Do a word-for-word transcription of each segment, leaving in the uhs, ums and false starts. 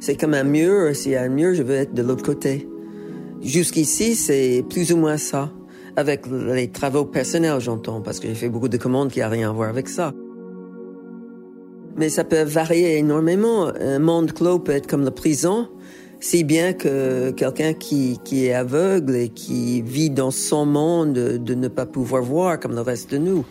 C'est comme un mur, s'il y a un mur, je veux être de l'autre côté. Jusqu'ici, c'est plus ou moins ça. Avec les travaux personnels, j'entends, parce que j'ai fait beaucoup de commandes qui n'ont rien à voir avec ça. Mais ça peut varier énormément. Un monde clos peut être comme la prison, si bien que quelqu'un qui, qui est aveugle et qui vit dans son monde de ne pas pouvoir voir comme le reste de nous.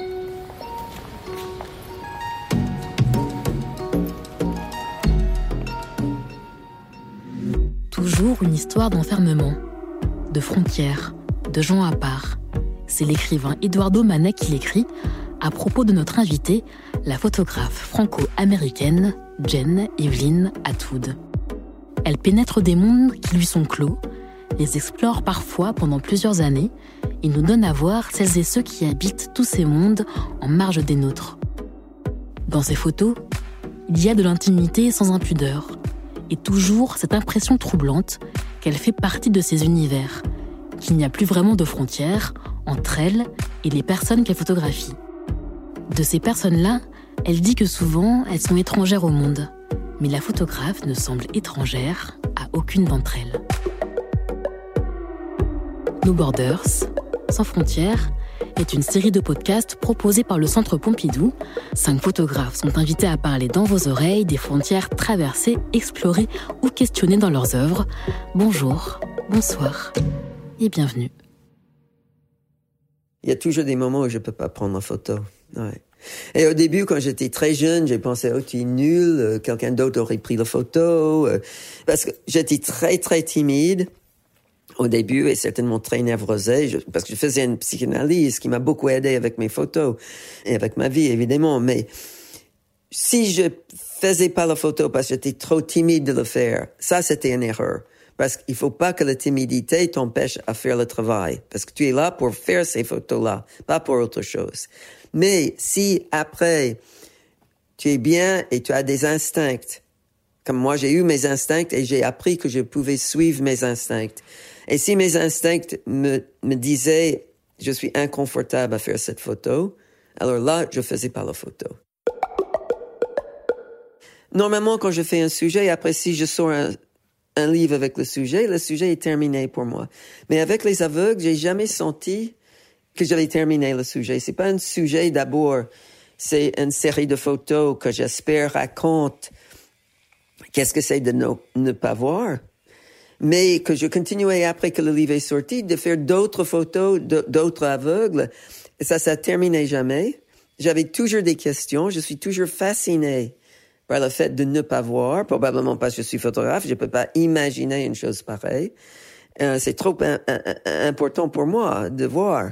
Toujours une histoire d'enfermement, de frontières, de gens à part. C'est l'écrivain Eduardo Manet qui l'écrit à propos de notre invitée, la photographe franco-américaine Jane Evelyn Atwood. Elle pénètre des mondes qui lui sont clos, les explore parfois pendant plusieurs années et nous donne à voir celles et ceux qui habitent tous ces mondes en marge des nôtres. Dans ses photos, il y a de l'intimité sans impudeur et toujours cette impression troublante qu'elle fait partie de ces univers, qu'il n'y a plus vraiment de frontières entre elle et les personnes qu'elle photographie. De ces personnes-là, elle dit que souvent, elles sont étrangères au monde. Mais la photographe ne semble étrangère à aucune d'entre elles. No Borders, Sans frontières, est une série de podcasts proposés par le Centre Pompidou. Cinq photographes sont invités à parler dans vos oreilles des frontières traversées, explorées ou questionnées dans leurs œuvres. Bonjour, bonsoir et bienvenue. Il y a toujours des moments où je ne peux pas prendre en photo. Ouais. Et au début, quand j'étais très jeune, j'ai pensé, oh, tu es nul, euh, quelqu'un d'autre aurait pris la photo. Euh, parce que j'étais très, très timide au début et certainement très névrosée, je, parce que je faisais une psychanalyse qui m'a beaucoup aidé avec mes photos et avec ma vie, évidemment. Mais si je faisais pas la photo parce que j'étais trop timide de le faire, ça, c'était une erreur. Parce qu'il faut pas que la timidité t'empêche à faire le travail. Parce que tu es là pour faire ces photos-là, pas pour autre chose. Mais si après, tu es bien et tu as des instincts, comme moi j'ai eu mes instincts et j'ai appris que je pouvais suivre mes instincts. Et si mes instincts me, me disaient, je suis inconfortable à faire cette photo, alors là, je faisais pas la photo. Normalement, quand je fais un sujet, après si je sors un, un livre avec le sujet, le sujet est terminé pour moi. Mais avec les aveugles, j'ai jamais senti que j'allais terminer le sujet. C'est pas un sujet d'abord, c'est une série de photos que j'espère raconte qu'est-ce que c'est de ne, ne pas voir. Mais que je continuais après que le livre est sorti de faire d'autres photos d'autres aveugles. Et ça, ça terminait jamais. J'avais toujours des questions. Je suis toujours fascinée par le fait de ne pas voir. Probablement parce que je suis photographe. Je peux pas imaginer une chose pareille. Euh, c'est trop un, un, un, important pour moi de voir.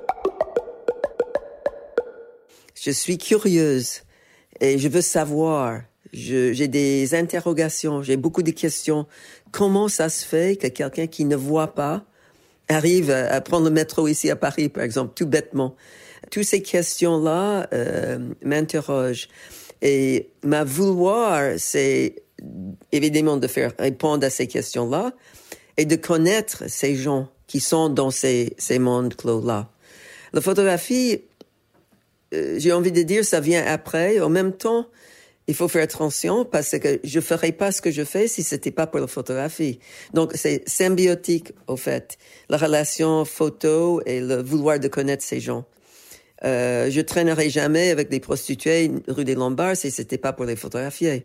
Je suis curieuse et je veux savoir. Je, j'ai des interrogations, j'ai beaucoup de questions. Comment ça se fait que quelqu'un qui ne voit pas arrive à, à prendre le métro ici à Paris, par exemple, tout bêtement? Toutes ces questions-là euh, m'interrogent. Et ma vouloir, c'est évidemment de faire répondre à ces questions-là et de connaître ces gens qui sont dans ces, ces mondes clos-là. La photographie, euh, j'ai envie de dire, ça vient après. En même temps, il faut faire attention parce que je ferais pas ce que je fais si c'était pas pour la photographie. Donc, c'est symbiotique, au fait. La relation photo et le vouloir de connaître ces gens. Euh, je traînerais jamais avec des prostituées rue des Lombards si c'était pas pour les photographier.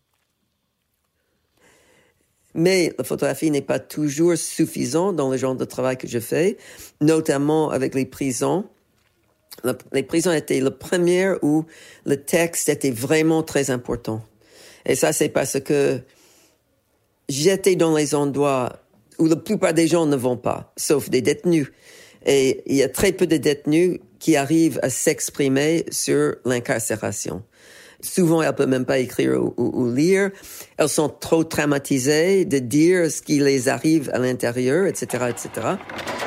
Mais la photographie n'est pas toujours suffisante dans le genre de travail que je fais, notamment avec les prisons. Les prisons étaient le premier où le texte était vraiment très important. Et ça, c'est parce que j'étais dans les endroits où la plupart des gens ne vont pas, sauf des détenus. Et il y a très peu de détenus qui arrivent à s'exprimer sur l'incarcération. Souvent, elles ne peuvent même pas écrire ou, ou, ou lire. Elles sont trop traumatisées de dire ce qui les arrive à l'intérieur, et cetera, et cetera.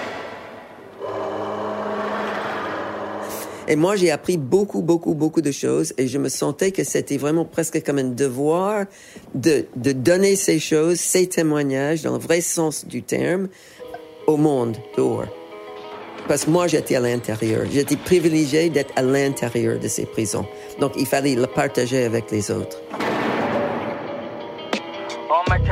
Et moi, j'ai appris beaucoup, beaucoup, beaucoup de choses et je me sentais que c'était vraiment presque comme un devoir de, de donner ces choses, ces témoignages, dans le vrai sens du terme, au monde dehors. Parce que moi, j'étais à l'intérieur. J'étais privilégiée d'être à l'intérieur de ces prisons. Donc, il fallait le partager avec les autres. All my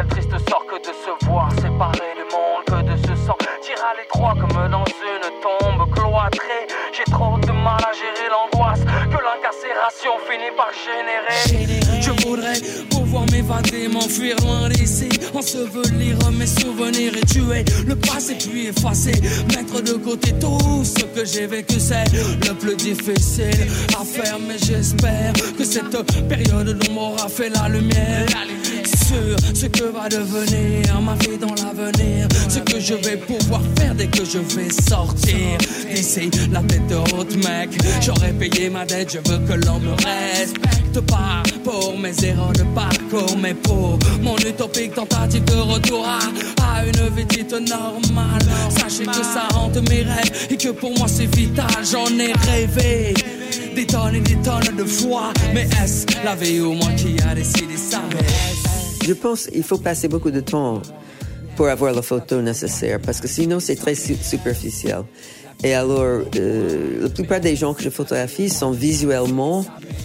l'imagination finit par générer. Je voudrais pouvoir m'évader, m'enfuir loin d'ici, ensevelir mes souvenirs et tuer le passé puis effacer, mettre de côté tout ce que j'ai vécu. C'est le plus difficile à faire, mais j'espère que cette période d'ombre aura fait la lumière sur ce que va devenir ma vie dans l'avenir, ce que je vais pouvoir faire dès que je vais sortir d'ici la tête haute, mec. J'aurais payé ma dette, je veux que l'on me respecte pas pour mes erreurs de parcours, mais pour mon utopique tentative de retour à, à une vie dite normale. Sachez que ça hante mes rêves et que pour moi c'est vital. J'en ai rêvé des tonnes et des tonnes de fois, mais est-ce la vie ou moi qui a décidé ça? Je pense qu'il faut passer beaucoup de temps pour avoir la photo nécessaire, parce que sinon c'est très su- superficiel. Et alors, euh, la plupart des gens que je photographie sont visuellement,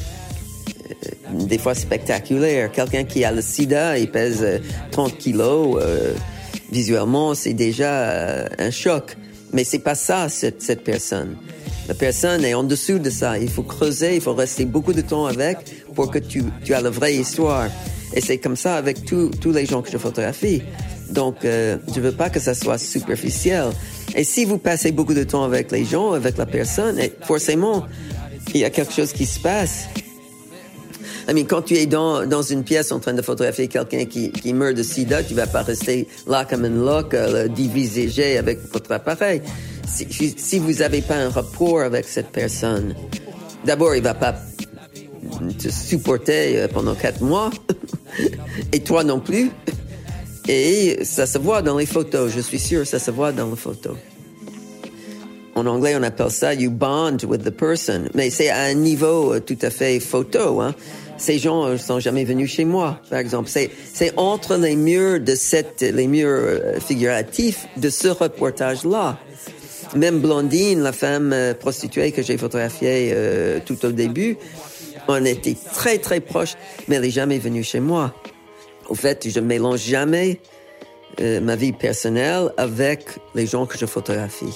euh, des fois spectaculaires. Quelqu'un qui a le sida, il pèse euh, trente kilos, euh, visuellement c'est déjà euh, un choc. Mais c'est pas ça, cette, cette personne. La personne est en dessous de ça. Il faut creuser, il faut rester beaucoup de temps avec pour que tu, tu as la vraie histoire. Et c'est comme ça avec tous tous les gens que je photographie. Donc, euh, je veux pas que ça soit superficiel. Et si vous passez beaucoup de temps avec les gens, avec la personne, et forcément, il y a quelque chose qui se passe. I mean, quand tu es dans, dans une pièce en train de photographier quelqu'un qui, qui meurt de sida, tu vas pas rester là comme un loc, euh, divisé avec votre appareil. Si, si vous avez pas un rapport avec cette personne, d'abord, il va pas te supporter pendant quatre mois, et toi non plus. Et ça se voit dans les photos, je suis sûr, ça se voit dans les photos. En anglais, on appelle ça « you bond with the person », mais c'est à un niveau tout à fait photo, hein. Ces gens ne sont jamais venus chez moi, par exemple. C'est, c'est entre les murs de cette, les murs figuratifs de ce reportage-là. Même Blondine, la femme prostituée que j'ai photographiée euh, tout au début, on était très très proches, mais elle n'est jamais venue chez moi. Au fait, je ne mélange jamais euh, ma vie personnelle avec les gens que je photographie.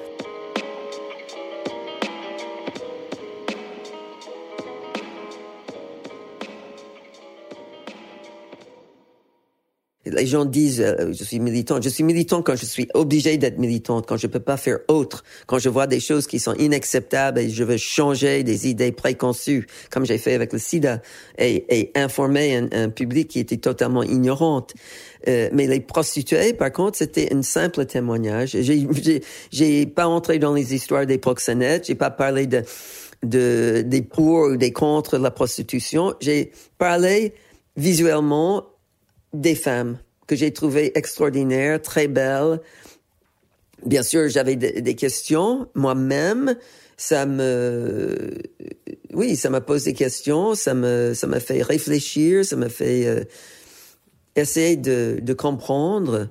Les gens disent euh, je suis militante. Je suis militante quand je suis obligée d'être militante, quand je peux pas faire autre, quand je vois des choses qui sont inacceptables et je veux changer des idées préconçues, comme j'ai fait avec le sida, et, et informer un, un public qui était totalement ignorante. Euh, mais les prostituées, par contre, c'était un simple témoignage. J'ai, j'ai, j'ai pas entré dans les histoires des proxénètes, j'ai pas parlé de, de des pour ou des contre la prostitution. J'ai parlé visuellement des femmes que j'ai trouvées extraordinaires, très belles. Bien sûr, j'avais de, des questions moi-même. Ça me, oui, ça m'a posé des questions. Ça me, ça m'a fait réfléchir. Ça m'a fait euh, essayer de, de comprendre.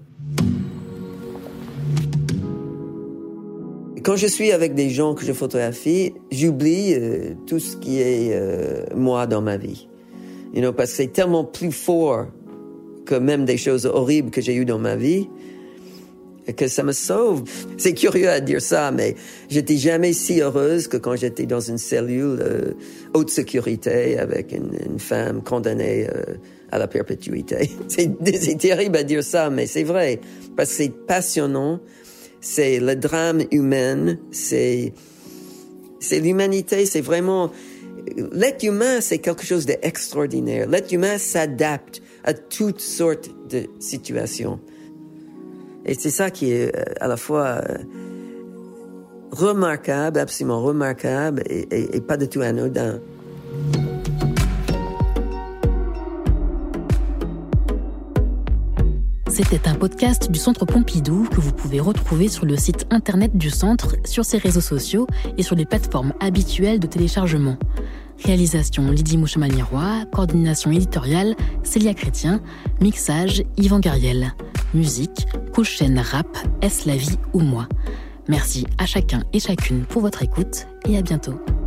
Quand je suis avec des gens que je photographie, j'oublie euh, tout ce qui est euh, moi dans ma vie. You know, parce que c'est tellement plus fort que même des choses horribles que j'ai eues dans ma vie, que ça me sauve. C'est curieux à dire ça, mais j'étais jamais si heureuse que quand j'étais dans une cellule euh, haute sécurité avec une, une femme condamnée euh, à la perpétuité. C'est, c'est terrible à dire ça, mais c'est vrai, parce que c'est passionnant, c'est le drame humain, c'est, c'est l'humanité, c'est vraiment... L'être humain, c'est quelque chose d'extraordinaire. L'être humain s'adapte à toutes sortes de situations. Et c'est ça qui est à la fois remarquable, absolument remarquable, et, et, et pas du tout anodin. C'était un podcast du Centre Pompidou que vous pouvez retrouver sur le site internet du Centre, sur ses réseaux sociaux et sur les plateformes habituelles de téléchargement. Réalisation Lydie Mouchamal-Miroir, coordination éditoriale Célia Chrétien, mixage Yvan Gariel. Musique, Couchen Rap, Est-ce la vie ou moi? Merci à chacun et chacune pour votre écoute et à bientôt.